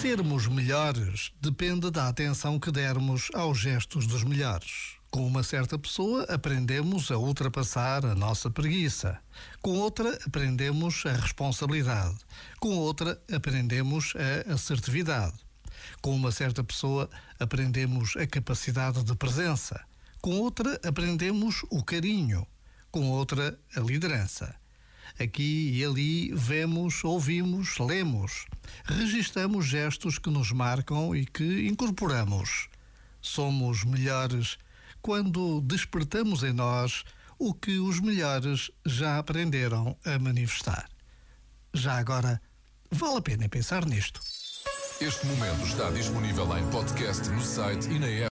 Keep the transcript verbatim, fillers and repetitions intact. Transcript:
Sermos melhores depende da atenção que dermos aos gestos dos melhores. Com uma certa pessoa, aprendemos a ultrapassar a nossa preguiça. Com outra, aprendemos a responsabilidade. Com outra, aprendemos a assertividade. Com uma certa pessoa, aprendemos a capacidade de presença. Com outra, aprendemos o carinho. Com outra, a liderança. Aqui e ali vemos, ouvimos, lemos. Registamos gestos que nos marcam e que incorporamos. Somos melhores quando despertamos em nós o que os melhores já aprenderam a manifestar. Já agora, vale a pena pensar nisto. Este momento está disponível em podcast no site e na app.